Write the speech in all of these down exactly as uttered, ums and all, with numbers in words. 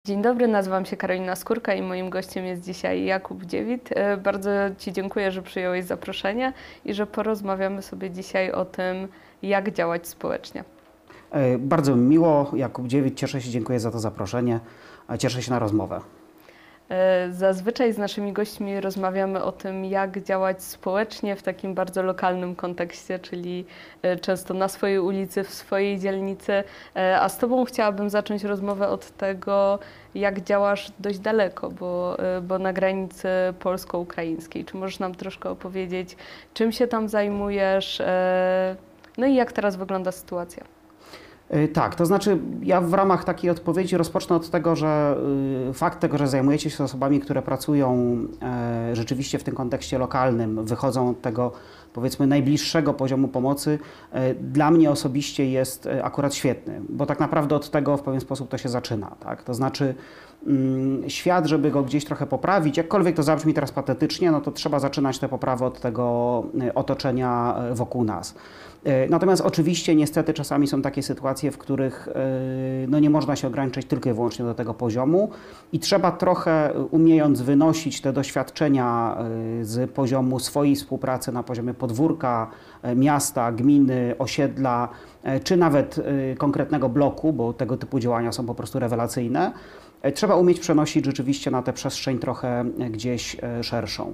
Dzień dobry, nazywam się Karolina Skórka i moim gościem jest dzisiaj Jakub Dziewit. Bardzo Ci dziękuję, że przyjąłeś zaproszenie i że porozmawiamy sobie dzisiaj o tym, jak działać społecznie. Bardzo mi miło, Jakub Dziewit, cieszę się, dziękuję za to zaproszenie, cieszę się na rozmowę. Zazwyczaj z naszymi gośćmi rozmawiamy o tym, jak działać społecznie w takim bardzo lokalnym kontekście, czyli często na swojej ulicy, w swojej dzielnicy, a z Tobą chciałabym zacząć rozmowę od tego, jak działasz dość daleko, bo, bo na granicy polsko-ukraińskiej. Czy możesz nam troszkę opowiedzieć, czym się tam zajmujesz, no i jak teraz wygląda sytuacja? Tak, to znaczy ja w ramach takiej odpowiedzi rozpocznę od tego, że fakt tego, że zajmujecie się osobami, które pracują rzeczywiście w tym kontekście lokalnym, wychodzą od tego, powiedzmy, najbliższego poziomu pomocy, dla mnie osobiście jest akurat świetny, bo tak naprawdę od tego w pewien sposób to się zaczyna, tak? To znaczy świat, żeby go gdzieś trochę poprawić, jakkolwiek to zabrzmi teraz patetycznie, no to trzeba zaczynać tę poprawę od tego otoczenia wokół nas. Natomiast oczywiście niestety czasami są takie sytuacje, w których no, nie można się ograniczyć tylko i wyłącznie do tego poziomu i trzeba trochę, umiejąc wynosić te doświadczenia z poziomu swojej współpracy na poziomie podwórka, miasta, gminy, osiedla, czy nawet konkretnego bloku, bo tego typu działania są po prostu rewelacyjne, trzeba umieć przenosić rzeczywiście na tę przestrzeń trochę gdzieś szerszą.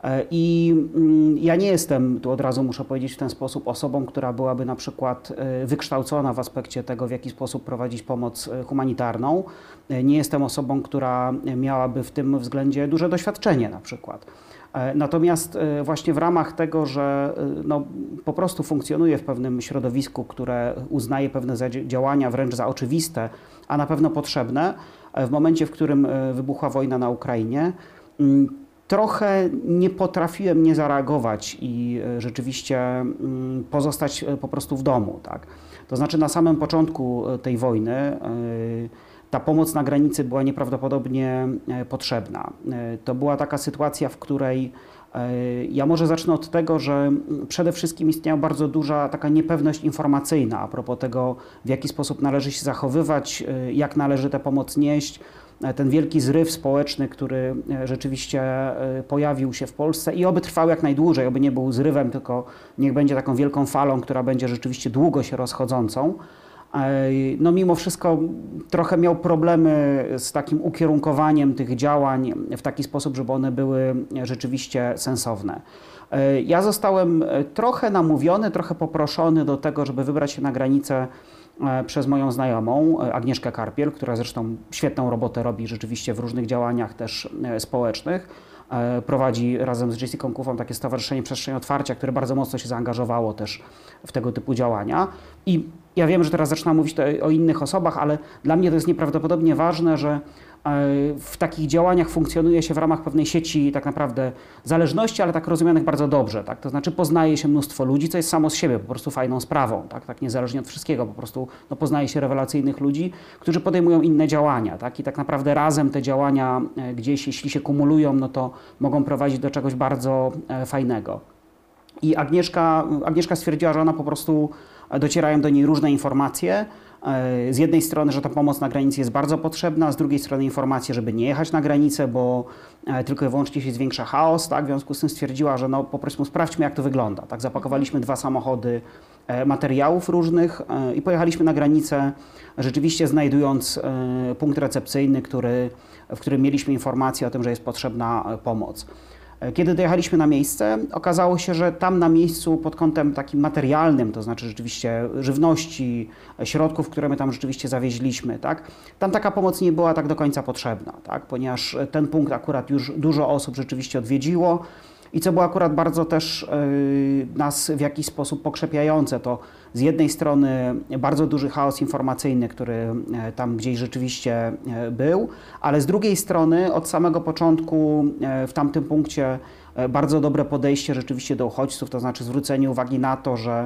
I ja nie jestem, tu od razu muszę powiedzieć w ten sposób, osobą, która byłaby na przykład wykształcona w aspekcie tego, w jaki sposób prowadzić pomoc humanitarną. Nie jestem osobą, która miałaby w tym względzie duże doświadczenie na przykład. Natomiast właśnie w ramach tego, że no, po prostu funkcjonuje w pewnym środowisku, które uznaje pewne działania wręcz za oczywiste, a na pewno potrzebne, w momencie, w którym wybuchła wojna na Ukrainie, trochę nie potrafiłem nie zareagować i rzeczywiście pozostać po prostu w domu. Tak? To znaczy na samym początku tej wojny ta pomoc na granicy była nieprawdopodobnie potrzebna. To była taka sytuacja, w której ja może zacznę od tego, że przede wszystkim istniała bardzo duża taka niepewność informacyjna a propos tego, w jaki sposób należy się zachowywać, jak należy tę pomoc nieść. Ten wielki zryw społeczny, który rzeczywiście pojawił się w Polsce i oby trwał jak najdłużej, oby nie był zrywem, tylko niech będzie taką wielką falą, która będzie rzeczywiście długo się rozchodzącą. No mimo wszystko trochę miał problemy z takim ukierunkowaniem tych działań w taki sposób, żeby one były rzeczywiście sensowne. Ja zostałem trochę namówiony, trochę poproszony do tego, żeby wybrać się na granicę przez moją znajomą Agnieszkę Karpiel, która zresztą świetną robotę robi rzeczywiście w różnych działaniach też społecznych. Prowadzi razem z Jessiką Kufą takie stowarzyszenie Przestrzeń Otwarcia, które bardzo mocno się zaangażowało też w tego typu działania. I ja wiem, że teraz zaczynam mówić o innych osobach, ale dla mnie to jest nieprawdopodobnie ważne, że w takich działaniach funkcjonuje się w ramach pewnej sieci tak naprawdę zależności, ale tak rozumianych bardzo dobrze. Tak? To znaczy poznaje się mnóstwo ludzi, co jest samo z siebie po prostu fajną sprawą. Tak, tak niezależnie od wszystkiego, po prostu no, poznaje się rewelacyjnych ludzi, którzy podejmują inne działania. Tak? I tak naprawdę razem te działania gdzieś, jeśli się kumulują, no to mogą prowadzić do czegoś bardzo fajnego. I Agnieszka, Agnieszka stwierdziła, że ona po prostu docierają do niej różne informacje. Z jednej strony, że ta pomoc na granicy jest bardzo potrzebna, z drugiej strony informacje, żeby nie jechać na granicę, bo tylko i wyłącznie się zwiększa chaos. Tak? W związku z tym stwierdziła, że no, po prostu sprawdźmy, jak to wygląda. Tak? Zapakowaliśmy dwa samochody materiałów różnych i pojechaliśmy na granicę, rzeczywiście znajdując punkt recepcyjny, który, w którym mieliśmy informację o tym, że jest potrzebna pomoc. Kiedy dojechaliśmy na miejsce, okazało się, że tam na miejscu pod kątem takim materialnym, to znaczy rzeczywiście żywności, środków, które my tam rzeczywiście zawieźliśmy, tak, tam taka pomoc nie była tak do końca potrzebna, tak, ponieważ ten punkt akurat już dużo osób rzeczywiście odwiedziło. I co było akurat bardzo też yy, nas w jakiś sposób pokrzepiające, to z jednej strony bardzo duży chaos informacyjny, który yy, tam gdzieś rzeczywiście yy, był, ale z drugiej strony od samego początku yy, w tamtym punkcie yy, bardzo dobre podejście rzeczywiście do uchodźców, to znaczy zwrócenie uwagi na to, że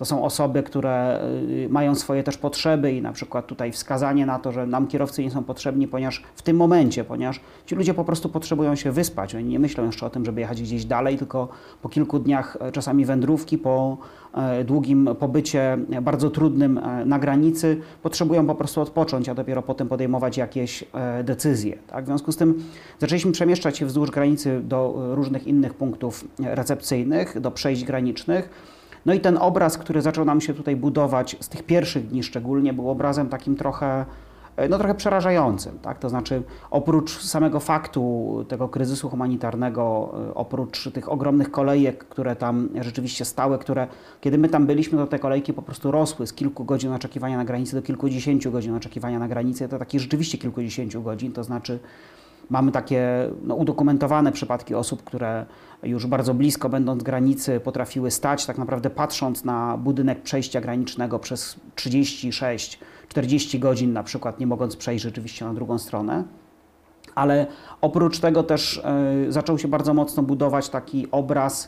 to są osoby, które mają swoje też potrzeby i na przykład tutaj wskazanie na to, że nam kierowcy nie są potrzebni, ponieważ w tym momencie, ponieważ ci ludzie po prostu potrzebują się wyspać. Oni nie myślą jeszcze o tym, żeby jechać gdzieś dalej, tylko po kilku dniach czasami wędrówki, po długim pobycie bardzo trudnym na granicy potrzebują po prostu odpocząć, a dopiero potem podejmować jakieś decyzje. Tak? W związku z tym zaczęliśmy przemieszczać się wzdłuż granicy do różnych innych punktów recepcyjnych, do przejść granicznych. No i ten obraz, który zaczął nam się tutaj budować z tych pierwszych dni szczególnie, był obrazem takim trochę, no trochę przerażającym. Tak? To znaczy oprócz samego faktu tego kryzysu humanitarnego, oprócz tych ogromnych kolejek, które tam rzeczywiście stały, które kiedy my tam byliśmy, to te kolejki po prostu rosły z kilku godzin oczekiwania na granicy do kilkudziesięciu godzin oczekiwania na granicy. To takie rzeczywiście kilkudziesięciu godzin, to znaczy mamy takie no, udokumentowane przypadki osób, które już bardzo blisko, będąc granicy, potrafiły stać, tak naprawdę patrząc na budynek przejścia granicznego przez trzydzieści sześć czterdzieści godzin, na przykład nie mogąc przejść rzeczywiście na drugą stronę. Ale oprócz tego też y, zaczął się bardzo mocno budować taki obraz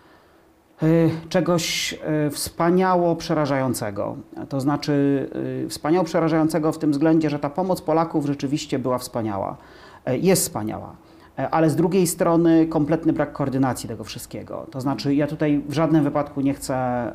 y, czegoś y, wspaniało przerażającego. To znaczy y, wspaniało przerażającego w tym względzie, że ta pomoc Polaków rzeczywiście była wspaniała. Jest wspaniała, ale z drugiej strony kompletny brak koordynacji tego wszystkiego. To znaczy ja tutaj w żadnym wypadku nie chcę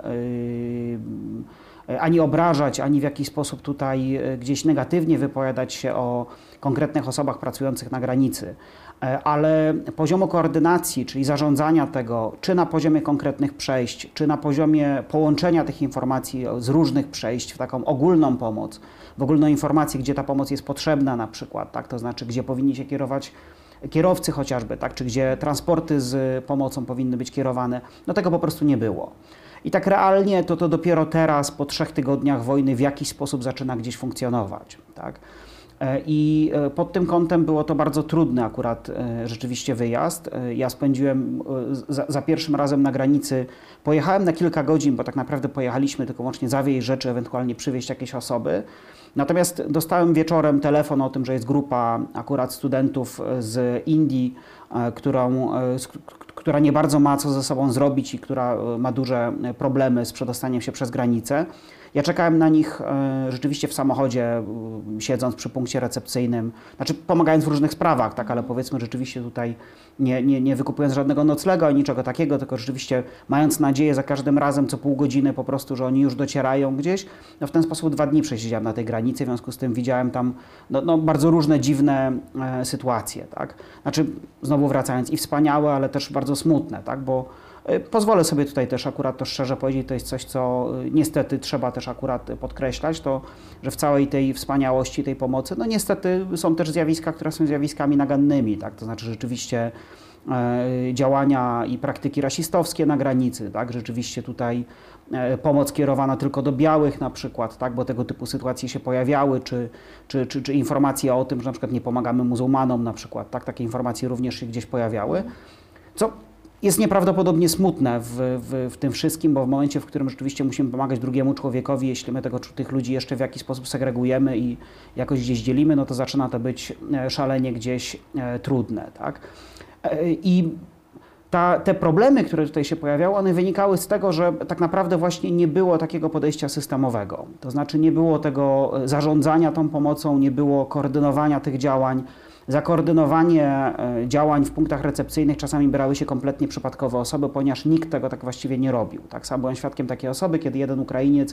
yy, ani obrażać, ani w jakiś sposób tutaj gdzieś negatywnie wypowiadać się o konkretnych osobach pracujących na granicy, ale poziomu koordynacji, czyli zarządzania tego, czy na poziomie konkretnych przejść, czy na poziomie połączenia tych informacji z różnych przejść w taką ogólną pomoc, w ogólną informację, gdzie ta pomoc jest potrzebna na przykład, tak? To znaczy, gdzie powinni się kierować kierowcy chociażby, tak? Czy gdzie transporty z pomocą powinny być kierowane, no tego po prostu nie było. I tak realnie to, to dopiero teraz, po trzech tygodniach wojny, w jakiś sposób zaczyna gdzieś funkcjonować, tak? I pod tym kątem było to bardzo trudny akurat rzeczywiście wyjazd. Ja spędziłem za, za pierwszym razem na granicy, pojechałem na kilka godzin, bo tak naprawdę pojechaliśmy tylko łącznie zawieźć rzeczy, ewentualnie przywieźć jakieś osoby. Natomiast dostałem wieczorem telefon o tym, że jest grupa akurat studentów z Indii, którą, która nie bardzo ma co ze sobą zrobić i która ma duże problemy z przedostaniem się przez granicę. Ja czekałem na nich rzeczywiście w samochodzie, siedząc przy punkcie recepcyjnym, znaczy pomagając w różnych sprawach, tak, ale powiedzmy rzeczywiście tutaj nie, nie, nie wykupując żadnego noclegu ani niczego takiego, tylko rzeczywiście mając nadzieję za każdym razem co pół godziny po prostu, że oni już docierają gdzieś. No w ten sposób dwa dni przesiedziałem na tej granicy, w związku z tym widziałem tam no, no, bardzo różne dziwne e, sytuacje, tak. Znaczy znowu wracając i wspaniałe, ale też bardzo smutne, tak, bo pozwolę sobie tutaj też akurat to szczerze powiedzieć, to jest coś, co niestety trzeba też akurat podkreślać, to, że w całej tej wspaniałości, tej pomocy, no niestety są też zjawiska, które są zjawiskami nagannymi, tak, to znaczy rzeczywiście e, działania i praktyki rasistowskie na granicy, tak, rzeczywiście tutaj e, pomoc kierowana tylko do białych na przykład, tak, bo tego typu sytuacje się pojawiały, czy, czy, czy, czy informacje o tym, że na przykład nie pomagamy muzułmanom na przykład, tak, takie informacje również się gdzieś pojawiały, co jest nieprawdopodobnie smutne w, w, w tym wszystkim, bo w momencie, w którym rzeczywiście musimy pomagać drugiemu człowiekowi, jeśli my tego, tych ludzi jeszcze w jakiś sposób segregujemy i jakoś gdzieś dzielimy, no to zaczyna to być szalenie gdzieś e, trudne, tak? E, I ta, te problemy, które tutaj się pojawiały, one wynikały z tego, że tak naprawdę właśnie nie było takiego podejścia systemowego. To znaczy nie było tego zarządzania tą pomocą, nie było koordynowania tych działań. Za koordynowanie działań w punktach recepcyjnych czasami brały się kompletnie przypadkowe osoby, ponieważ nikt tego tak właściwie nie robił. Tak samo byłem świadkiem takiej osoby, kiedy jeden Ukrainiec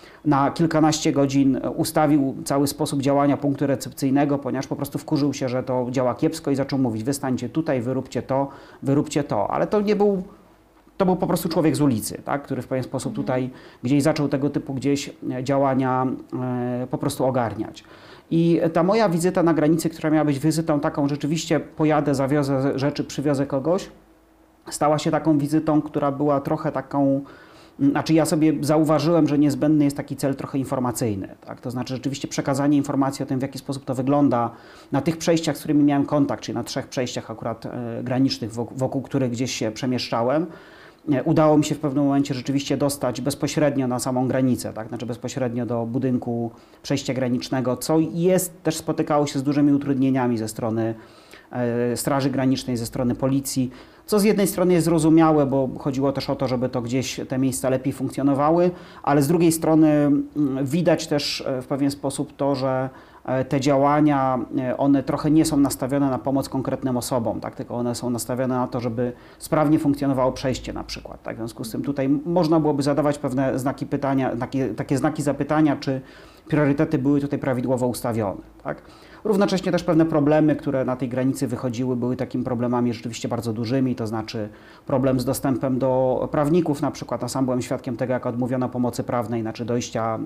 na kilkanaście godzin ustawił cały sposób działania punktu recepcyjnego, ponieważ po prostu wkurzył się, że to działa kiepsko i zaczął mówić: wy stańcie tutaj, wyróbcie to, wyróbcie to. Ale to nie był, to był po prostu człowiek z ulicy, tak, który w pewien sposób tutaj gdzieś zaczął tego typu gdzieś działania e, po prostu ogarniać. I ta moja wizyta na granicy, która miała być wizytą taką, rzeczywiście pojadę, zawiozę rzeczy, przywiozę kogoś, stała się taką wizytą, która była trochę taką, znaczy ja sobie zauważyłem, że niezbędny jest taki cel trochę informacyjny, tak? To znaczy rzeczywiście przekazanie informacji o tym, w jaki sposób to wygląda na tych przejściach, z którymi miałem kontakt, czyli na trzech przejściach akurat e, granicznych, wokół, wokół których gdzieś się przemieszczałem. Udało mi się w pewnym momencie rzeczywiście dostać bezpośrednio na samą granicę, tak? Znaczy bezpośrednio do budynku przejścia granicznego, co jest, też spotykało się z dużymi utrudnieniami ze strony Straży Granicznej, ze strony policji, co z jednej strony jest zrozumiałe, bo chodziło też o to, żeby to gdzieś te miejsca lepiej funkcjonowały, ale z drugiej strony widać też w pewien sposób to, że te działania, one trochę nie są nastawione na pomoc konkretnym osobom, tak? Tylko one są nastawione na to, żeby sprawnie funkcjonowało przejście na przykład. Tak? W związku z tym tutaj można byłoby zadawać pewne znaki pytania, takie, takie znaki zapytania, czy priorytety były tutaj prawidłowo ustawione. Tak? Równocześnie też pewne problemy, które na tej granicy wychodziły, były takimi problemami rzeczywiście bardzo dużymi, to znaczy problem z dostępem do prawników na przykład. Ja sam byłem świadkiem tego, jak odmówiono pomocy prawnej, znaczy dojścia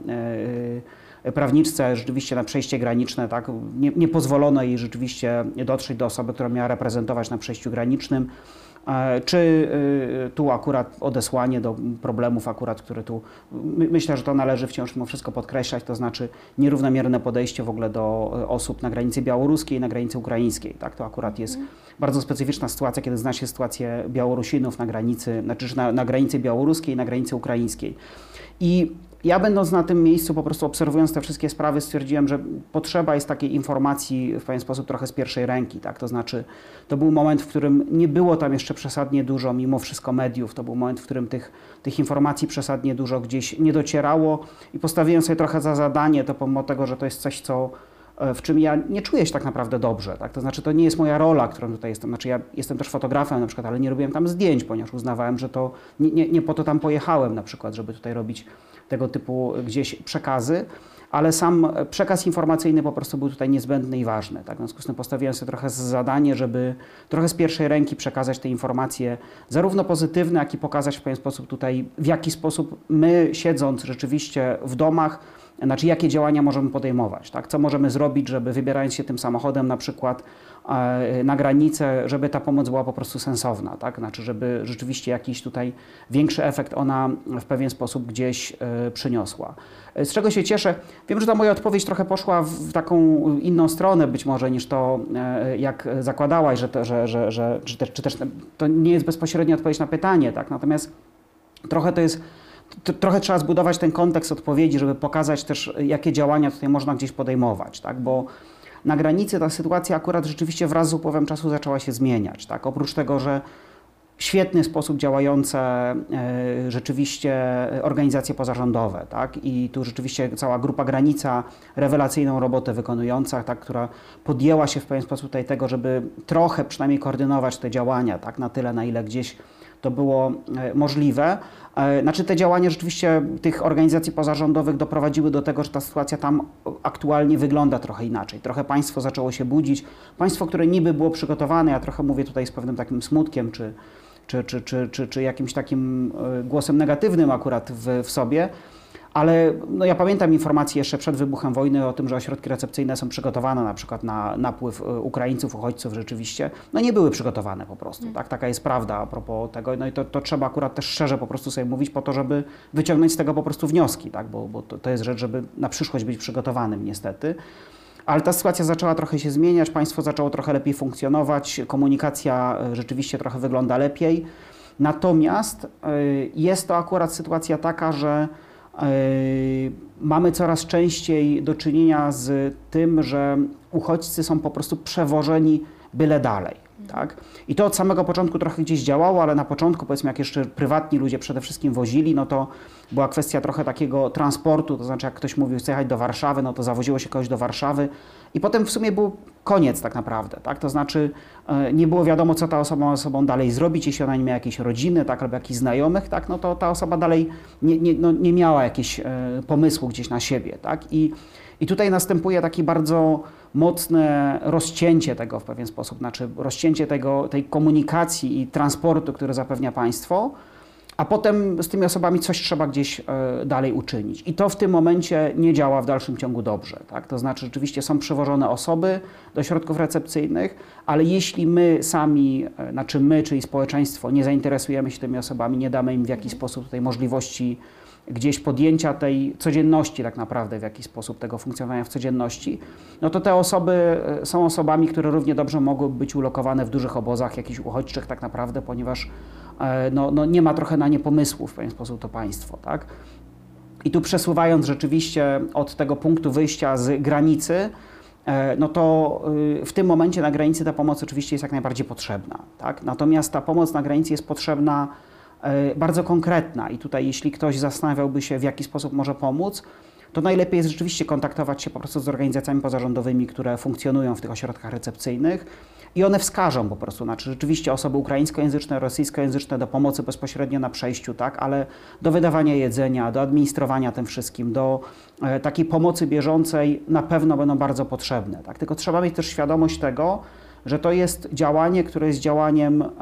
yy, prawniczce rzeczywiście na przejście graniczne, tak? Nie, nie pozwolono jej rzeczywiście dotrzeć do osoby, która miała reprezentować na przejściu granicznym. Czy tu akurat odesłanie do problemów, akurat, które tu, myślę, że to należy wciąż mimo wszystko podkreślać, to znaczy nierównomierne podejście w ogóle do osób na granicy białoruskiej i na granicy ukraińskiej. Tak? To akurat jest bardzo specyficzna sytuacja, kiedy zna się sytuację Białorusinów na granicy, znaczy na, na granicy białoruskiej i na granicy ukraińskiej. I ja będąc na tym miejscu, po prostu obserwując te wszystkie sprawy, stwierdziłem, że potrzeba jest takiej informacji w pewien sposób trochę z pierwszej ręki. Tak? To znaczy, to był moment, w którym nie było tam jeszcze przesadnie dużo, mimo wszystko mediów. To był moment, w którym tych, tych informacji przesadnie dużo gdzieś nie docierało i postawiłem sobie trochę za zadanie, to pomimo tego, że to jest coś, co w czym ja nie czuję się tak naprawdę dobrze. Tak? To znaczy, to nie jest moja rola, którą tutaj jestem. Znaczy, ja jestem też fotografem na przykład, ale nie robiłem tam zdjęć, ponieważ uznawałem, że to nie, nie, nie po to tam pojechałem na przykład, żeby tutaj robić tego typu gdzieś przekazy, ale sam przekaz informacyjny po prostu był tutaj niezbędny i ważny. Tak? W związku z tym postawiłem sobie trochę zadanie, żeby trochę z pierwszej ręki przekazać te informacje, zarówno pozytywne, jak i pokazać w pewien sposób tutaj, w jaki sposób my, siedząc rzeczywiście w domach, znaczy jakie działania możemy podejmować, tak? Co możemy zrobić, żeby wybierając się tym samochodem na przykład e, na granicę, żeby ta pomoc była po prostu sensowna, tak? Znaczy, żeby rzeczywiście jakiś tutaj większy efekt ona w pewien sposób gdzieś e, przyniosła. Z czego się cieszę, wiem, że ta moja odpowiedź trochę poszła w taką inną stronę być może niż to, e, jak zakładałaś, że, to, że, że, że czy, też, czy też to nie jest bezpośrednia odpowiedź na pytanie, tak? Natomiast trochę to jest Trochę trzeba zbudować ten kontekst odpowiedzi, żeby pokazać też, jakie działania tutaj można gdzieś podejmować, tak? Bo na granicy ta sytuacja akurat rzeczywiście wraz z upływem czasu zaczęła się zmieniać. Tak? Oprócz tego, że w świetny sposób działające e, rzeczywiście organizacje pozarządowe, tak? I tu rzeczywiście cała grupa Granica rewelacyjną robotę wykonująca, tak? Która podjęła się w pewien sposób tutaj tego, żeby trochę przynajmniej koordynować te działania, tak? Na tyle, na ile gdzieś to było możliwe. Znaczy te działania rzeczywiście tych organizacji pozarządowych doprowadziły do tego, że ta sytuacja tam aktualnie wygląda trochę inaczej. Trochę państwo zaczęło się budzić. Państwo, które niby było przygotowane, ja trochę mówię tutaj z pewnym takim smutkiem, czy, czy, czy, czy, czy, czy jakimś takim głosem negatywnym akurat w, w sobie, ale no ja pamiętam informacje jeszcze przed wybuchem wojny o tym, że ośrodki recepcyjne są przygotowane na przykład na napływ Ukraińców, uchodźców rzeczywiście. No nie były przygotowane po prostu, tak? Taka jest prawda a propos tego. No i to, to trzeba akurat też szczerze po prostu sobie mówić po to, żeby wyciągnąć z tego po prostu wnioski, tak? Bo, bo to, to jest rzecz, żeby na przyszłość być przygotowanym niestety. Ale ta sytuacja zaczęła trochę się zmieniać, państwo zaczęło trochę lepiej funkcjonować, komunikacja rzeczywiście trochę wygląda lepiej. Natomiast jest to akurat sytuacja taka, że mamy coraz częściej do czynienia z tym, że uchodźcy są po prostu przewożeni byle dalej. Tak? I to od samego początku trochę gdzieś działało, ale na początku, powiedzmy, jak jeszcze prywatni ludzie przede wszystkim wozili, no to była kwestia trochę takiego transportu, to znaczy jak ktoś mówił, chce jechać do Warszawy, no to zawoziło się kogoś do Warszawy i potem w sumie był koniec tak naprawdę, tak? To znaczy nie było wiadomo, co ta osoba ma ze sobą dalej zrobić, jeśli ona nie miała jakiejś rodziny, tak, albo jakichś znajomych, tak, no to ta osoba dalej nie, nie, no, nie miała jakiegoś pomysłu gdzieś na siebie, tak? I, i tutaj następuje takie bardzo mocne rozcięcie tego w pewien sposób, znaczy rozcięcie tego, tej komunikacji i transportu, który zapewnia państwo, a potem z tymi osobami coś trzeba gdzieś dalej uczynić. I to w tym momencie nie działa w dalszym ciągu dobrze. Tak? To znaczy rzeczywiście są przywożone osoby do ośrodków recepcyjnych, ale jeśli my sami, znaczy my, czyli społeczeństwo, nie zainteresujemy się tymi osobami, nie damy im w jakiś sposób tutaj możliwości gdzieś podjęcia tej codzienności tak naprawdę, w jakiś sposób tego funkcjonowania w codzienności, no to te osoby są osobami, które równie dobrze mogłyby być ulokowane w dużych obozach jakichś uchodźczych tak naprawdę, ponieważ no, no nie ma trochę na nie pomysłu w pewien sposób to państwo, tak? I tu przesuwając rzeczywiście od tego punktu wyjścia z granicy, no to w tym momencie na granicy ta pomoc oczywiście jest jak najbardziej potrzebna. Tak? Natomiast ta pomoc na granicy jest potrzebna bardzo konkretna i tutaj jeśli ktoś zastanawiałby się, w jaki sposób może pomóc, to najlepiej jest rzeczywiście kontaktować się po prostu z organizacjami pozarządowymi, które funkcjonują w tych ośrodkach recepcyjnych i one wskażą po prostu, znaczy rzeczywiście osoby ukraińskojęzyczne, rosyjskojęzyczne do pomocy bezpośrednio na przejściu, tak, ale do wydawania jedzenia, do administrowania tym wszystkim, do e, takiej pomocy bieżącej na pewno będą bardzo potrzebne. Tak? Tylko trzeba mieć też świadomość tego, że to jest działanie, które jest działaniem e,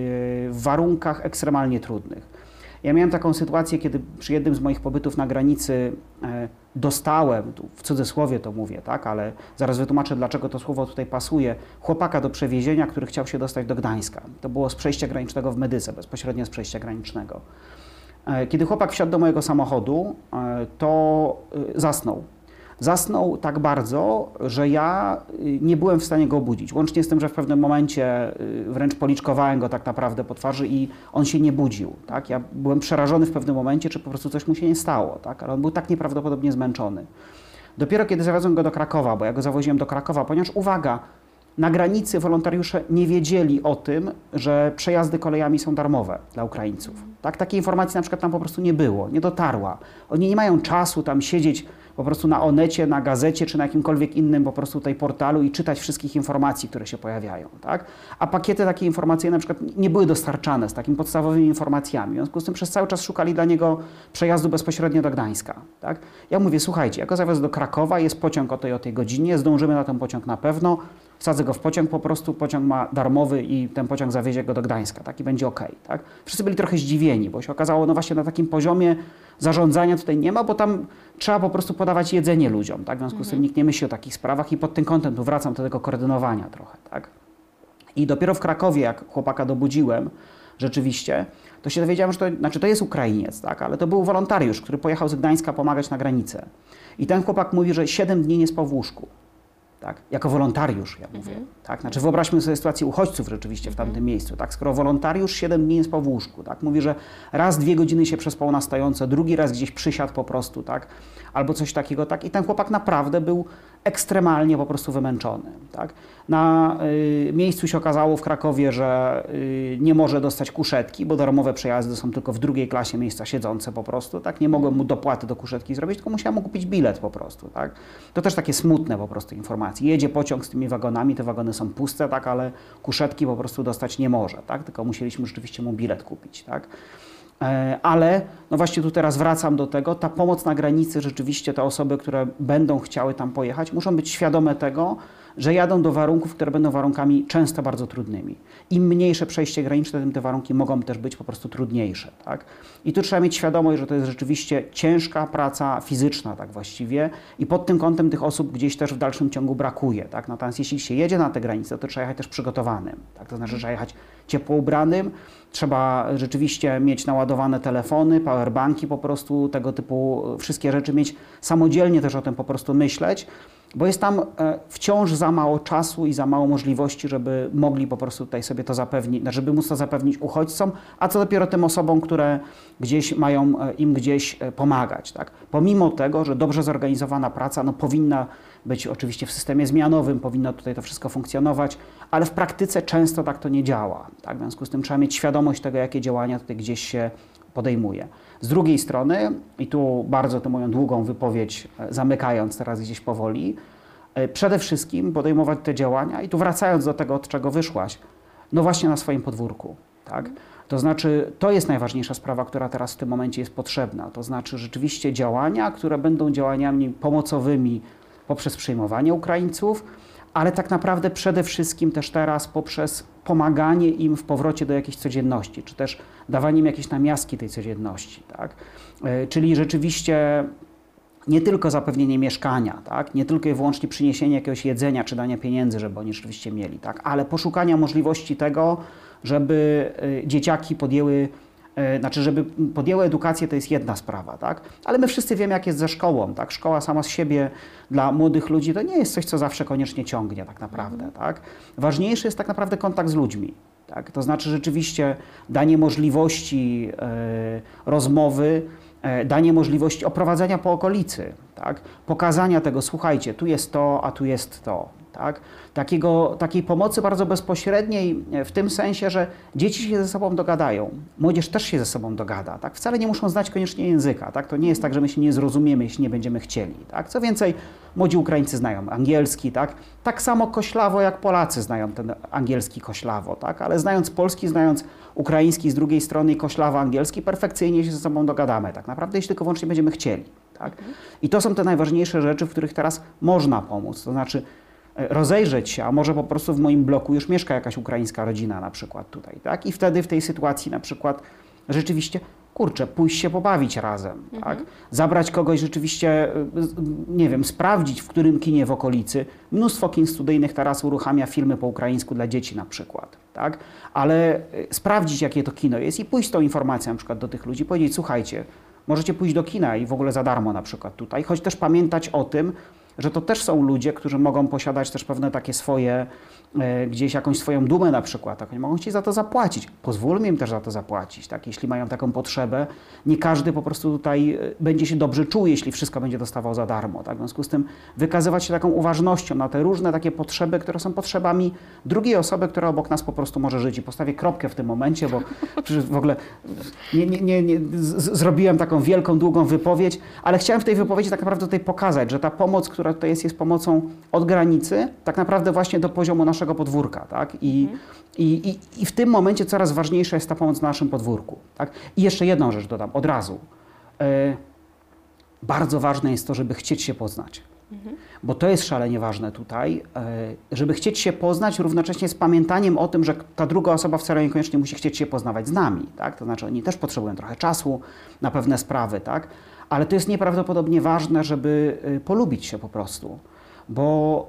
w warunkach ekstremalnie trudnych. Ja miałem taką sytuację, kiedy przy jednym z moich pobytów na granicy e, dostałem, tu w cudzysłowie to mówię, tak, ale zaraz wytłumaczę, dlaczego to słowo tutaj pasuje, chłopaka do przewiezienia, który chciał się dostać do Gdańska. To było z przejścia granicznego w Medyce, bezpośrednio z przejścia granicznego. E, kiedy chłopak wsiadł do mojego samochodu, e, to e, zasnął. Zasnął tak bardzo, że ja nie byłem w stanie go obudzić. Łącznie z tym, że w pewnym momencie wręcz policzkowałem go tak naprawdę po twarzy i on się nie budził. Tak? Ja byłem przerażony w pewnym momencie, czy po prostu coś mu się nie stało. Tak? Ale on był tak nieprawdopodobnie zmęczony. Dopiero kiedy zawiozłem go do Krakowa, bo ja go zawoziłem do Krakowa, ponieważ uwaga, na granicy wolontariusze nie wiedzieli o tym, że przejazdy kolejami są darmowe dla Ukraińców. Tak? Takiej informacji na przykład tam po prostu nie było, nie dotarła. Oni nie mają czasu tam siedzieć po prostu na Onecie, na gazecie czy na jakimkolwiek innym po prostu tutaj portalu i czytać wszystkich informacji, które się pojawiają. Tak? A pakiety takie informacyjne na przykład nie były dostarczane z takimi podstawowymi informacjami. W związku z tym przez cały czas szukali dla niego przejazdu bezpośrednio do Gdańska. Tak? Ja mówię, słuchajcie, ja go zawiozę do Krakowa, jest pociąg o tej o tej godzinie, zdążymy na ten pociąg na pewno, wsadzę go w pociąg po prostu, pociąg ma darmowy i ten pociąg zawiezie go do Gdańska, tak? I będzie okej, tak? Wszyscy byli trochę zdziwieni, bo się okazało, no właśnie na takim poziomie zarządzania tutaj nie ma, bo tam trzeba po prostu podawać jedzenie ludziom, tak? W związku z tym nikt nie myśli o takich sprawach i pod tym kątem tu wracam do tego koordynowania trochę, tak? I dopiero w Krakowie, jak chłopaka dobudziłem, rzeczywiście, to się dowiedziałem, że to, znaczy to jest Ukrainiec, tak? Ale to był wolontariusz, który pojechał z Gdańska pomagać na granicę. I ten chłopak mówi, że siedem dni nie spał w łóżku. Tak? Jako wolontariusz, ja mówię. Mhm. Tak? Znaczy wyobraźmy sobie sytuację uchodźców rzeczywiście w tamtym mhm. miejscu. Tak? Skoro wolontariusz siedem dni nie spał w łóżku, tak? Mówi, że raz dwie godziny się przespał na stojąco, drugi raz gdzieś przysiadł po prostu, tak? Albo coś takiego. Tak? I ten chłopak naprawdę był ekstremalnie po prostu wymęczony. Tak? Na y, miejscu się okazało w Krakowie, że y, nie może dostać kuszetki, bo darmowe przejazdy są tylko w drugiej klasie miejsca siedzące po prostu. Tak? Nie mogłem mu dopłaty do kuszetki zrobić, tylko musiałem mu kupić bilet po prostu. Tak? To też takie smutne po prostu informacje. Jedzie pociąg z tymi wagonami, te wagony są puste, tak? Ale kuszetki po prostu dostać nie może. Tak? Tylko musieliśmy rzeczywiście mu bilet kupić. Tak? Ale no właśnie tu teraz wracam do tego, ta pomoc na granicy, rzeczywiście te osoby, które będą chciały tam pojechać, muszą być świadome tego, że jadą do warunków, które będą warunkami często bardzo trudnymi. Im mniejsze przejście graniczne, tym te warunki mogą też być po prostu trudniejsze. Tak? I tu trzeba mieć świadomość, że to jest rzeczywiście ciężka praca fizyczna tak właściwie i pod tym kątem tych osób gdzieś też w dalszym ciągu brakuje. Tak? Natomiast jeśli się jedzie na tę granicę, to trzeba jechać też przygotowanym. Tak? To znaczy, trzeba jechać ciepło ubranym, trzeba rzeczywiście mieć naładowane telefony, powerbanki po prostu, tego typu wszystkie rzeczy, mieć samodzielnie też o tym po prostu myśleć, bo jest tam wciąż za mało czasu i za mało możliwości, żeby mogli po prostu tutaj sobie to zapewnić, żeby móc to zapewnić uchodźcom, a co dopiero tym osobom, które gdzieś mają im gdzieś pomagać. Tak? Pomimo tego, że dobrze zorganizowana praca no, powinna być oczywiście w systemie zmianowym, powinno tutaj to wszystko funkcjonować, ale w praktyce często tak to nie działa. Tak? W związku z tym trzeba mieć świadomość tego, jakie działania tutaj gdzieś się podejmuje. Z drugiej strony, i tu bardzo tę moją długą wypowiedź zamykając teraz gdzieś powoli, przede wszystkim podejmować te działania i tu wracając do tego, od czego wyszłaś, no właśnie na swoim podwórku. Tak? To znaczy, to jest najważniejsza sprawa, która teraz w tym momencie jest potrzebna. To znaczy rzeczywiście działania, które będą działaniami pomocowymi poprzez przyjmowanie Ukraińców, ale tak naprawdę przede wszystkim też teraz poprzez pomaganie im w powrocie do jakiejś codzienności, czy też dawanie im jakiejś namiastki tej codzienności. Tak? Czyli rzeczywiście nie tylko zapewnienie mieszkania, tak? Nie tylko i wyłącznie przyniesienie jakiegoś jedzenia czy dania pieniędzy, żeby oni rzeczywiście mieli, tak? Ale poszukania możliwości tego, żeby dzieciaki podjęły Znaczy, żeby podjęły edukację, to jest jedna sprawa, tak? Ale my wszyscy wiemy, jak jest ze szkołą, tak? Szkoła sama z siebie dla młodych ludzi to nie jest coś, co zawsze koniecznie ciągnie tak naprawdę, tak? Ważniejszy jest tak naprawdę kontakt z ludźmi, tak? To znaczy rzeczywiście danie możliwości e, rozmowy, e, danie możliwości oprowadzenia po okolicy, tak? tak? Pokazania tego, słuchajcie, tu jest to, a tu jest to. Tak? Takiego, takiej pomocy bardzo bezpośredniej w tym sensie, że dzieci się ze sobą dogadają, młodzież też się ze sobą dogada. Tak? Wcale nie muszą znać koniecznie języka. Tak? To nie jest tak, że my się nie zrozumiemy, jeśli nie będziemy chcieli. Tak? Co więcej, młodzi Ukraińcy znają angielski, tak? Tak samo koślawo jak Polacy znają ten angielski koślawo, tak? Ale znając polski, znając ukraiński z drugiej strony i koślawo angielski, perfekcyjnie się ze sobą dogadamy. Tak naprawdę, jeśli tylko wyłącznie będziemy chcieli. Tak? I to są te najważniejsze rzeczy, w których teraz można pomóc. To znaczy rozejrzeć się, a może po prostu w moim bloku już mieszka jakaś ukraińska rodzina na przykład tutaj, tak? I wtedy w tej sytuacji na przykład rzeczywiście, kurczę, pójść się pobawić razem, mhm. tak? Zabrać kogoś rzeczywiście, nie wiem, sprawdzić, w którym kinie w okolicy. Mnóstwo kin studyjnych teraz uruchamia filmy po ukraińsku dla dzieci na przykład, tak? Ale sprawdzić, jakie to kino jest i pójść z tą informacją na przykład do tych ludzi, powiedzieć, słuchajcie, możecie pójść do kina i w ogóle za darmo na przykład tutaj, choć też pamiętać o tym, że to też są ludzie, którzy mogą posiadać też pewne takie swoje, e, gdzieś jakąś swoją dumę na przykład, tak? Oni mogą ci za to zapłacić. Pozwólmy im też za to zapłacić, tak? Jeśli mają taką potrzebę. Nie każdy po prostu tutaj będzie się dobrze czuł, jeśli wszystko będzie dostawał za darmo, tak? W związku z tym wykazywać się taką uważnością na te różne takie potrzeby, które są potrzebami drugiej osoby, która obok nas po prostu może żyć. I postawię kropkę w tym momencie, bo w ogóle nie, nie, nie, nie, z, zrobiłem taką wielką, długą wypowiedź, ale chciałem w tej wypowiedzi tak naprawdę tutaj pokazać, że ta pomoc, która która tutaj jest, jest pomocą od granicy, tak naprawdę właśnie do poziomu naszego podwórka. Tak? I, mhm. i, i, I w tym momencie coraz ważniejsza jest ta pomoc na naszym podwórku. Tak? I jeszcze jedną rzecz dodam od razu. E, bardzo ważne jest to, żeby chcieć się poznać. Mhm. Bo to jest szalenie ważne tutaj, e, żeby chcieć się poznać równocześnie z pamiętaniem o tym, że ta druga osoba wcale niekoniecznie musi chcieć się poznawać z nami. Tak? To znaczy oni też potrzebują trochę czasu na pewne sprawy, tak? Ale to jest nieprawdopodobnie ważne, żeby polubić się po prostu, bo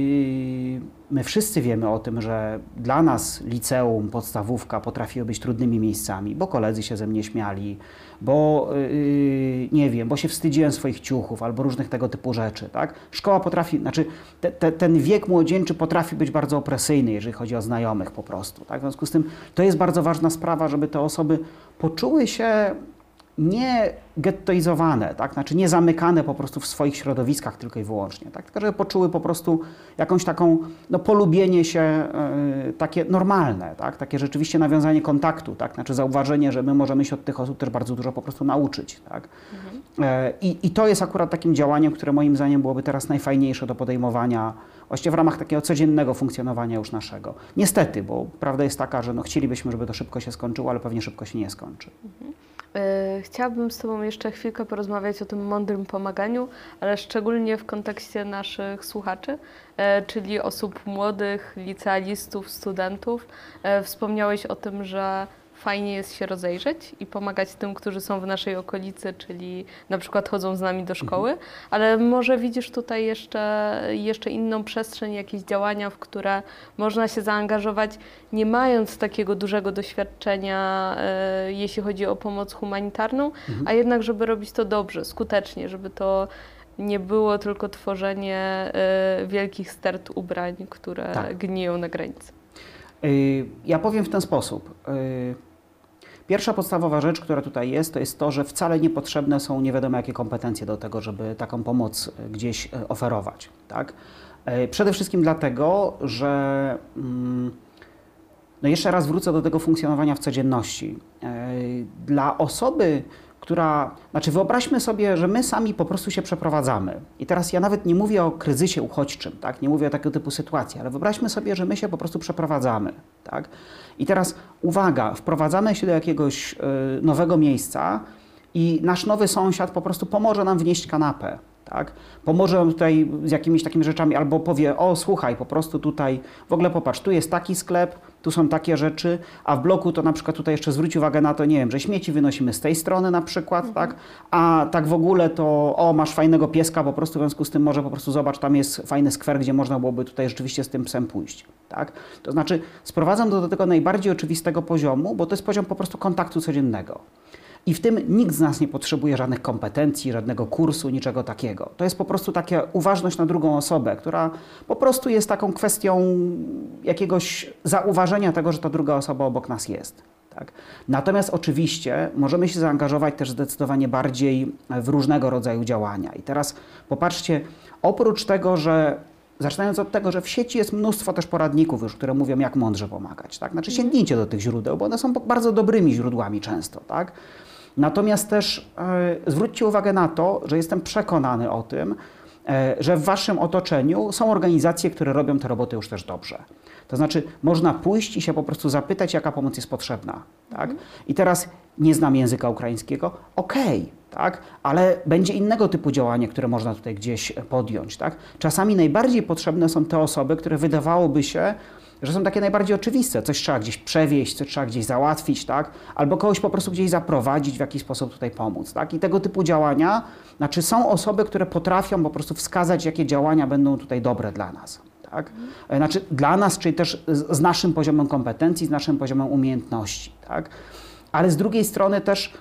yy, my wszyscy wiemy o tym, że dla nas liceum, podstawówka potrafiły być trudnymi miejscami, bo koledzy się ze mnie śmiali, bo yy, nie wiem, bo się wstydziłem swoich ciuchów albo różnych tego typu rzeczy. Tak? Szkoła potrafi, znaczy te, te, ten wiek młodzieńczy potrafi być bardzo opresyjny, jeżeli chodzi o znajomych po prostu. Tak? W związku z tym to jest bardzo ważna sprawa, żeby te osoby poczuły się nie gettoizowane, tak? Znaczy nie zamykane po prostu w swoich środowiskach tylko i wyłącznie, tak? Tylko żeby poczuły po prostu jakąś taką no, polubienie się yy, takie normalne, tak? Takie rzeczywiście nawiązanie kontaktu, tak? Znaczy zauważenie, że my możemy się od tych osób też bardzo dużo po prostu nauczyć. Tak? Mhm. Yy, i, I to jest akurat takim działaniem, które moim zdaniem byłoby teraz najfajniejsze do podejmowania właściwie w ramach takiego codziennego funkcjonowania już naszego. Niestety, bo prawda jest taka, że no, chcielibyśmy, żeby to szybko się skończyło, ale pewnie szybko się nie skończy. Mhm. Chciałabym z Tobą jeszcze chwilkę porozmawiać o tym mądrym pomaganiu, ale szczególnie w kontekście naszych słuchaczy, czyli osób młodych, licealistów, studentów. Wspomniałeś o tym, że fajnie jest się rozejrzeć i pomagać tym, którzy są w naszej okolicy, czyli na przykład chodzą z nami do szkoły, ale może widzisz tutaj jeszcze, jeszcze inną przestrzeń, jakieś działania, w które można się zaangażować, nie mając takiego dużego doświadczenia, e, jeśli chodzi o pomoc humanitarną, mhm. a jednak, żeby robić to dobrze, skutecznie, żeby to nie było tylko tworzenie e, wielkich stert ubrań, które tak. gniją na granicy. Yy, ja powiem w ten sposób. Yy, Pierwsza podstawowa rzecz, która tutaj jest, to jest to, że wcale niepotrzebne są nie wiadomo jakie kompetencje do tego, żeby taką pomoc gdzieś oferować. Tak? Przede wszystkim dlatego, że no jeszcze raz wrócę do tego funkcjonowania w codzienności. Dla osoby, która, znaczy wyobraźmy sobie, że my sami po prostu się przeprowadzamy. I teraz ja nawet nie mówię o kryzysie uchodźczym, tak? Nie mówię o takiego typu sytuacji, ale wyobraźmy sobie, że my się po prostu przeprowadzamy. Tak? I teraz uwaga, wprowadzamy się do jakiegoś y, nowego miejsca i nasz nowy sąsiad po prostu pomoże nam wnieść kanapę. Tak? Pomoże nam tutaj z jakimiś takimi rzeczami albo powie, o słuchaj, po prostu tutaj, w ogóle popatrz, tu jest taki sklep, tu są takie rzeczy, a w bloku to na przykład tutaj jeszcze zwróć uwagę na to, nie wiem, że śmieci wynosimy z tej strony na przykład, mhm. tak? A tak w ogóle to, o masz fajnego pieska, po prostu w związku z tym może po prostu zobacz, tam jest fajny skwer, gdzie można byłoby tutaj rzeczywiście z tym psem pójść. Tak? To znaczy sprowadzam to do tego najbardziej oczywistego poziomu, bo to jest poziom po prostu kontaktu codziennego. I w tym nikt z nas nie potrzebuje żadnych kompetencji, żadnego kursu, niczego takiego. To jest po prostu taka uważność na drugą osobę, która po prostu jest taką kwestią jakiegoś zauważenia tego, że ta druga osoba obok nas jest. Tak? Natomiast oczywiście możemy się zaangażować też zdecydowanie bardziej w różnego rodzaju działania. I teraz popatrzcie, oprócz tego, że zaczynając od tego, że w sieci jest mnóstwo też poradników już, które mówią, jak mądrze pomagać. Tak? Znaczy sięgnijcie do tych źródeł, bo one są bardzo dobrymi źródłami często. Tak? Natomiast też e, zwróćcie uwagę na to, że jestem przekonany o tym, e, że w waszym otoczeniu są organizacje, które robią te roboty już też dobrze. To znaczy można pójść i się po prostu zapytać, jaka pomoc jest potrzebna. Tak? I teraz nie znam języka ukraińskiego, okej, tak? Ale będzie innego typu działanie, które można tutaj gdzieś podjąć. Tak? Czasami najbardziej potrzebne są te osoby, które wydawałoby się, że są takie najbardziej oczywiste. Coś trzeba gdzieś przewieźć, coś trzeba gdzieś załatwić, tak? Albo kogoś po prostu gdzieś zaprowadzić, w jakiś sposób tutaj pomóc. Tak? I tego typu działania, znaczy są osoby, które potrafią po prostu wskazać, jakie działania będą tutaj dobre dla nas. Tak? Znaczy dla nas, czyli też z, z naszym poziomem kompetencji, z naszym poziomem umiejętności. Tak? Ale z drugiej strony też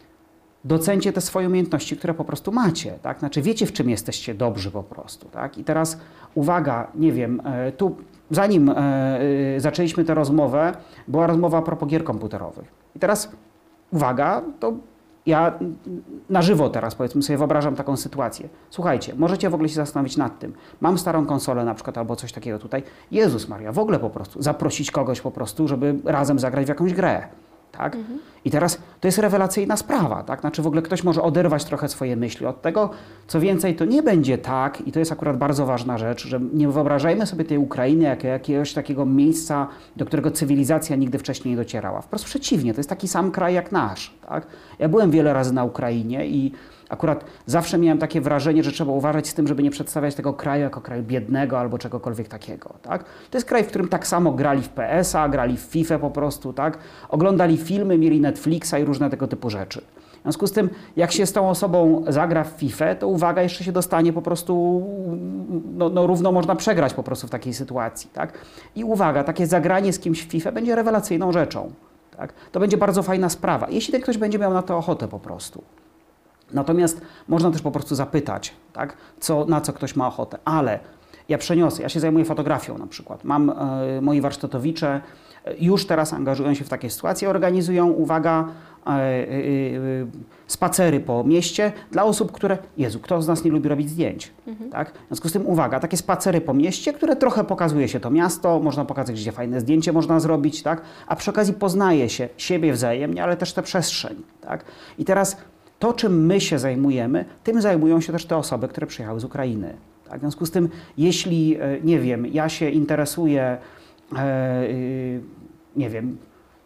docencie te swoje umiejętności, które po prostu macie. Tak? Znaczy wiecie, w czym jesteście dobrzy po prostu. Tak? I teraz uwaga, nie wiem, tu zanim e, e, zaczęliśmy tę rozmowę, była rozmowa a propos gier komputerowych. I teraz uwaga, to ja na żywo teraz, powiedzmy sobie, wyobrażam taką sytuację. Słuchajcie, możecie w ogóle się zastanowić nad tym. Mam starą konsolę na przykład albo coś takiego tutaj. Jezus Maria, w ogóle po prostu zaprosić kogoś po prostu, żeby razem zagrać w jakąś grę. Tak? Mhm. I teraz to jest rewelacyjna sprawa. Tak? Znaczy w ogóle ktoś może oderwać trochę swoje myśli od tego. Co więcej, to nie będzie tak, i to jest akurat bardzo ważna rzecz, że nie wyobrażajmy sobie tej Ukrainy jako jakiegoś takiego miejsca, do którego cywilizacja nigdy wcześniej nie docierała. Wprost przeciwnie, to jest taki sam kraj jak nasz. Tak? Ja byłem wiele razy na Ukrainie i akurat zawsze miałem takie wrażenie, że trzeba uważać z tym, żeby nie przedstawiać tego kraju jako kraju biednego albo czegokolwiek takiego. Tak? To jest kraj, w którym tak samo grali w P S a, grali w FIFA po prostu, tak? Oglądali filmy, mieli Netflixa i różne tego typu rzeczy. W związku z tym, jak się z tą osobą zagra w FIFA, to uwaga, jeszcze się dostanie po prostu, no, no równo można przegrać po prostu w takiej sytuacji. Tak? I uwaga, takie zagranie z kimś w FIFA będzie rewelacyjną rzeczą. Tak? To będzie bardzo fajna sprawa, jeśli ten ktoś będzie miał na to ochotę po prostu. Natomiast można też po prostu zapytać, tak, co, na co ktoś ma ochotę, ale ja przeniosę, ja się zajmuję fotografią na przykład. Mam e, moi warsztatowicze, już teraz angażują się w takie sytuacje, organizują, uwaga, e, e, e, spacery po mieście dla osób, które, Jezu, kto z nas nie lubi robić zdjęć, mhm. tak? W związku z tym, uwaga, takie spacery po mieście, które trochę pokazuje się to miasto, można pokazać, gdzie fajne zdjęcie można zrobić, tak? A przy okazji poznaje się siebie wzajemnie, ale też tę przestrzeń, tak? I teraz to, czym my się zajmujemy, tym zajmują się też te osoby, które przyjechały z Ukrainy. Tak? W związku z tym, jeśli, nie wiem, ja się interesuję, e, nie wiem,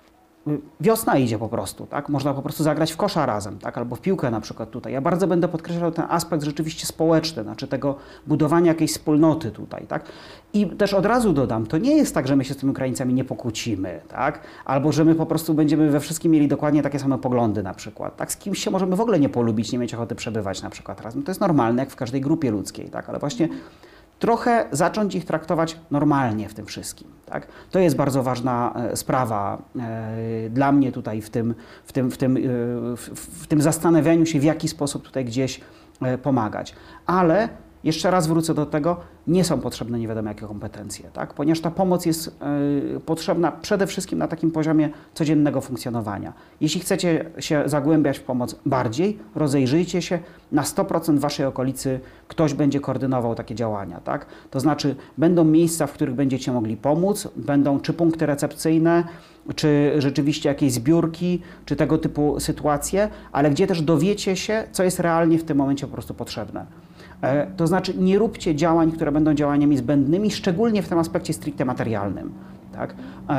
wiosna idzie po prostu, tak? Można po prostu zagrać w kosza razem, tak? Albo w piłkę na przykład tutaj. Ja bardzo będę podkreślał ten aspekt rzeczywiście społeczny, znaczy tego budowania jakiejś wspólnoty tutaj, tak? I też od razu dodam, to nie jest tak, że my się z tymi Ukraińcami nie pokłócimy, tak? Albo że my po prostu będziemy we wszystkim mieli dokładnie takie same poglądy na przykład, tak? Z kimś się możemy w ogóle nie polubić, nie mieć ochoty przebywać na przykład razem. To jest normalne, jak w każdej grupie ludzkiej, tak? Ale właśnie trochę zacząć ich traktować normalnie w tym wszystkim. Tak? To jest bardzo ważna e, sprawa e, dla mnie tutaj w tym, w, tym, w, tym, e, w, w tym zastanawianiu się, w jaki sposób tutaj gdzieś e, pomagać. Ale jeszcze raz wrócę do tego, nie są potrzebne nie wiadomo jakie kompetencje, tak? Ponieważ ta pomoc jest y, potrzebna przede wszystkim na takim poziomie codziennego funkcjonowania. Jeśli chcecie się zagłębiać w pomoc bardziej, rozejrzyjcie się, na sto procent w waszej okolicy ktoś będzie koordynował takie działania, tak? To znaczy będą miejsca, w których będziecie mogli pomóc, będą czy punkty recepcyjne, czy rzeczywiście jakieś zbiórki, czy tego typu sytuacje, ale gdzie też dowiecie się, co jest realnie w tym momencie po prostu potrzebne. To znaczy nie róbcie działań, które będą działaniami zbędnymi, szczególnie w tym aspekcie stricte materialnym. Tak?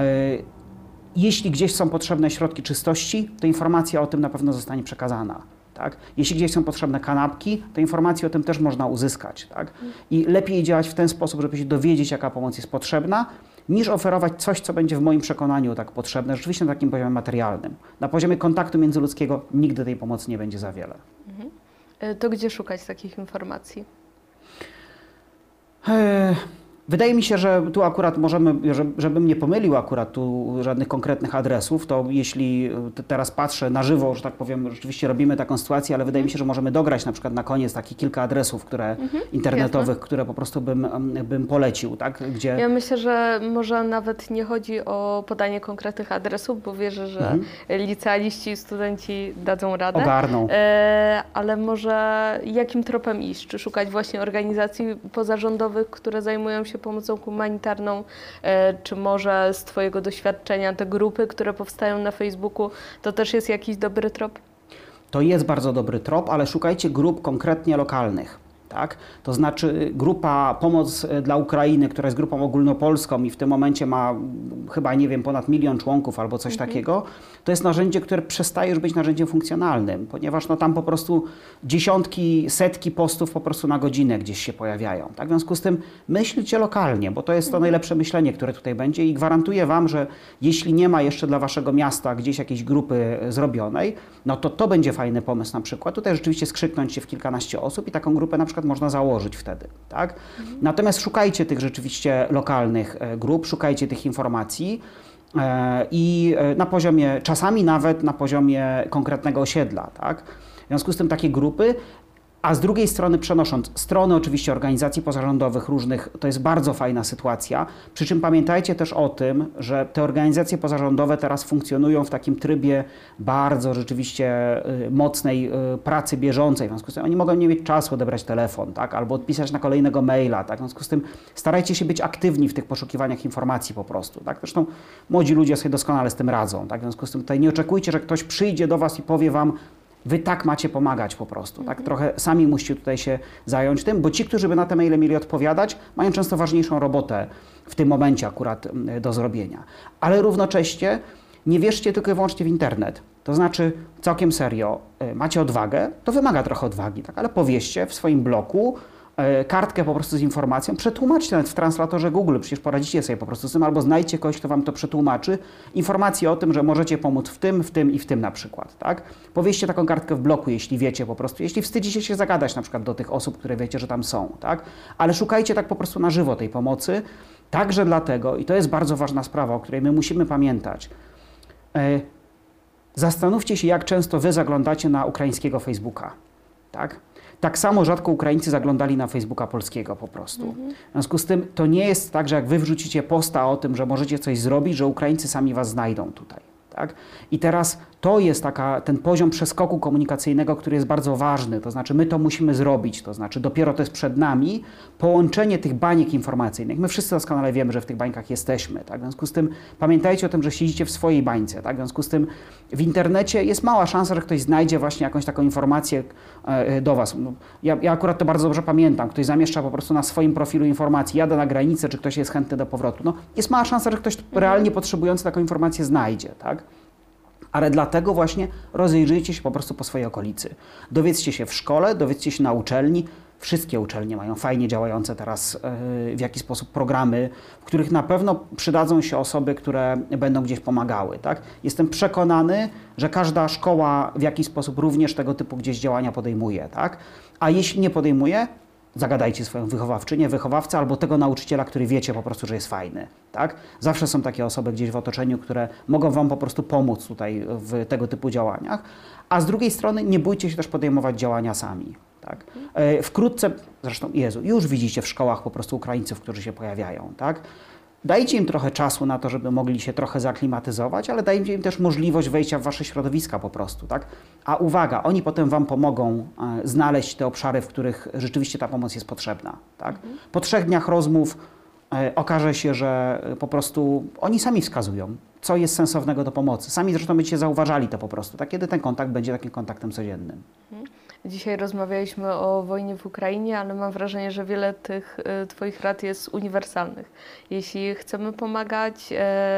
Jeśli gdzieś są potrzebne środki czystości, to informacja o tym na pewno zostanie przekazana. Tak? Jeśli gdzieś są potrzebne kanapki, to informacje o tym też można uzyskać. Tak? I lepiej działać w ten sposób, żeby się dowiedzieć, jaka pomoc jest potrzebna, niż oferować coś, co będzie w moim przekonaniu tak potrzebne, rzeczywiście na takim poziomie materialnym. Na poziomie kontaktu międzyludzkiego nigdy tej pomocy nie będzie za wiele. Mhm. To gdzie szukać takich informacji? Wydaje mi się, że tu akurat możemy, żebym nie pomylił akurat tu żadnych konkretnych adresów, to jeśli teraz patrzę na żywo, że tak powiem, rzeczywiście robimy taką sytuację, ale wydaje mi się, że możemy dograć na przykład na koniec takich kilka adresów, które, mhm, internetowych, jasne, które po prostu bym, bym polecił, tak? Gdzie... Ja myślę, że może nawet nie chodzi o podanie konkretnych adresów, bo wierzę, że mhm. licealiści i studenci dadzą radę. Ogarną. E, ale może jakim tropem iść? Czy szukać właśnie organizacji pozarządowych, które zajmują się pomocą humanitarną, e, czy może z Twojego doświadczenia te grupy, które powstają na Facebooku, to też jest jakiś dobry trop? To jest bardzo dobry trop, ale szukajcie grup konkretnie lokalnych. Tak? To znaczy grupa Pomoc dla Ukrainy, która jest grupą ogólnopolską i w tym momencie ma chyba, nie wiem, ponad milion członków albo coś mhm. takiego, to jest narzędzie, które przestaje już być narzędziem funkcjonalnym, ponieważ no, tam po prostu dziesiątki, setki postów po prostu na godzinę gdzieś się pojawiają. Tak? W związku z tym myślcie lokalnie, bo to jest to najlepsze myślenie, które tutaj będzie i gwarantuję Wam, że jeśli nie ma jeszcze dla Waszego miasta gdzieś jakiejś grupy zrobionej, no to to będzie fajny pomysł na przykład. Tutaj rzeczywiście skrzyknąć się w kilkanaście osób i taką grupę na przykład można założyć wtedy, tak? Mhm. Natomiast szukajcie tych rzeczywiście lokalnych grup, szukajcie tych informacji e, i na poziomie, czasami nawet na poziomie konkretnego osiedla, tak? W związku z tym takie grupy, a z drugiej strony przenosząc strony oczywiście organizacji pozarządowych różnych, to jest bardzo fajna sytuacja, przy czym pamiętajcie też o tym, że te organizacje pozarządowe teraz funkcjonują w takim trybie bardzo rzeczywiście y, mocnej y, pracy bieżącej, w związku z tym oni mogą nie mieć czasu odebrać telefon, tak, albo odpisać na kolejnego maila, tak, w związku z tym starajcie się być aktywni w tych poszukiwaniach informacji po prostu, tak, zresztą młodzi ludzie sobie doskonale z tym radzą, tak, w związku z tym tutaj nie oczekujcie, że ktoś przyjdzie do Was i powie Wam, Wy tak macie pomagać po prostu, tak? Trochę sami musicie tutaj się zająć tym, bo ci, którzy by na te maile mieli odpowiadać, mają często ważniejszą robotę w tym momencie akurat do zrobienia. Ale równocześnie nie wierzcie tylko i wyłącznie w internet. To znaczy, całkiem serio, macie odwagę, to wymaga trochę odwagi, tak? Ale powieście w swoim bloku kartkę po prostu z informacją, przetłumaczcie nawet w translatorze Google, przecież poradzicie sobie po prostu z tym, albo znajdźcie kogoś, kto Wam to przetłumaczy, informacje o tym, że możecie pomóc w tym, w tym i w tym na przykład, tak? Powieście taką kartkę w bloku, jeśli wiecie po prostu, jeśli wstydzicie się zagadać na przykład do tych osób, które wiecie, że tam są, tak? Ale szukajcie tak po prostu na żywo tej pomocy, także dlatego, i to jest bardzo ważna sprawa, o której my musimy pamiętać, e, zastanówcie się, jak często Wy zaglądacie na ukraińskiego Facebooka, tak? Tak samo rzadko Ukraińcy zaglądali na Facebooka polskiego po prostu. Mhm. W związku z tym to nie jest tak, że jak wy wrzucicie posta o tym, że możecie coś zrobić, że Ukraińcy sami was znajdą tutaj. Tak? I teraz to jest taka, ten poziom przeskoku komunikacyjnego, który jest bardzo ważny, to znaczy my to musimy zrobić, to znaczy dopiero to jest przed nami połączenie tych baniek informacyjnych. My wszyscy doskonale wiemy, że w tych bańkach jesteśmy, tak? W związku z tym pamiętajcie o tym, że siedzicie w swojej bańce, tak? W związku z tym w internecie jest mała szansa, że ktoś znajdzie właśnie jakąś taką informację e, do was. No, ja, ja akurat to bardzo dobrze pamiętam, ktoś zamieszcza po prostu na swoim profilu informacji, jadę na granicę, czy ktoś jest chętny do powrotu. No, jest mała szansa, że ktoś realnie potrzebujący taką informację znajdzie, tak? Ale dlatego właśnie rozejrzyjcie się po prostu po swojej okolicy. Dowiedzcie się w szkole, dowiedzcie się na uczelni. Wszystkie uczelnie mają fajnie działające teraz yy, w jakiś sposób programy, w których na pewno przydadzą się osoby, które będą gdzieś pomagały. Tak? Jestem przekonany, że każda szkoła w jakiś sposób również tego typu gdzieś działania podejmuje. Tak? A jeśli nie podejmuje, zagadajcie swoją wychowawczynię, wychowawcę albo tego nauczyciela, który wiecie po prostu, że jest fajny. Tak? Zawsze są takie osoby gdzieś w otoczeniu, które mogą Wam po prostu pomóc tutaj w tego typu działaniach. A z drugiej strony nie bójcie się też podejmować działania sami. Tak? Wkrótce, zresztą Jezu, już widzicie w szkołach po prostu Ukraińców, którzy się pojawiają. Tak? Dajcie im trochę czasu na to, żeby mogli się trochę zaaklimatyzować, ale dajcie im też możliwość wejścia w Wasze środowiska po prostu, tak? A uwaga, oni potem Wam pomogą e, znaleźć te obszary, w których rzeczywiście ta pomoc jest potrzebna, tak? Mhm. Po trzech dniach rozmów e, okaże się, że po prostu oni sami wskazują, co jest sensownego do pomocy. Sami zresztą będziecie zauważali to po prostu, tak? Kiedy ten kontakt będzie takim kontaktem codziennym. Mhm. Dzisiaj rozmawialiśmy o wojnie w Ukrainie, ale mam wrażenie, że wiele tych y, Twoich rad jest uniwersalnych. Jeśli chcemy pomagać y,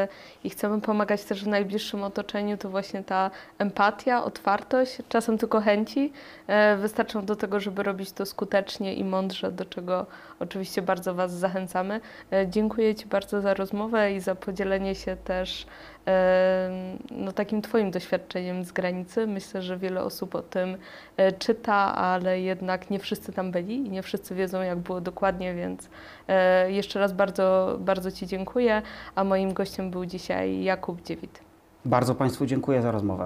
i chcemy pomagać też w najbliższym otoczeniu, to właśnie ta empatia, otwartość, czasem tylko chęci y, wystarczą do tego, żeby robić to skutecznie i mądrze, do czego oczywiście bardzo Was zachęcamy. Y, dziękuję Ci bardzo za rozmowę i za podzielenie się też no, takim Twoim doświadczeniem z granicy. Myślę, że wiele osób o tym czyta. czyta, ale jednak nie wszyscy tam byli i nie wszyscy wiedzą, jak było dokładnie, więc e, jeszcze raz bardzo, bardzo Ci dziękuję, a moim gościem był dzisiaj Jakub Dziewit. Bardzo Państwu dziękuję za rozmowę.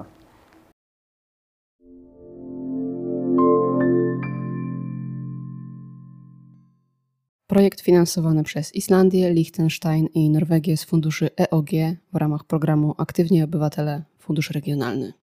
Projekt finansowany przez Islandię, Liechtenstein i Norwegię z funduszy E O G w ramach programu Aktywni Obywatele Fundusz Regionalny.